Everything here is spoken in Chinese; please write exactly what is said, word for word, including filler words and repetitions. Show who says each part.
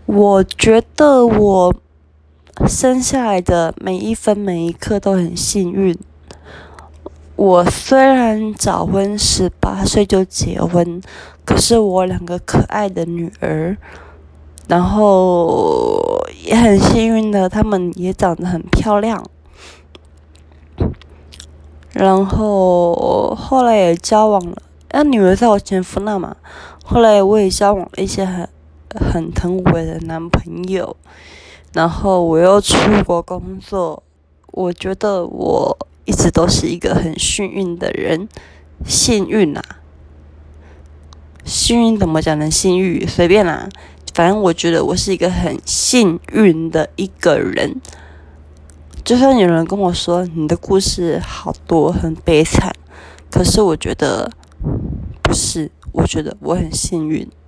Speaker 1: 我觉得我生下来的每一分每一刻都很幸运。我虽然早婚十八岁就结婚，可是我两个可爱的女儿，然后也很幸运的，她们也长得很漂亮。然后后来也交往了，那女儿在我前夫那嘛，后来我也交往了一些很很疼我的男朋友，然后我又出国工作，我觉得我一直都是一个很幸运的人，幸运啊，幸运怎么讲呢？幸运随便啦，反正我觉得我是一个很幸运的一个人。就算有人跟我说你的故事好多很悲惨，可是我觉得不是，我觉得我很幸运。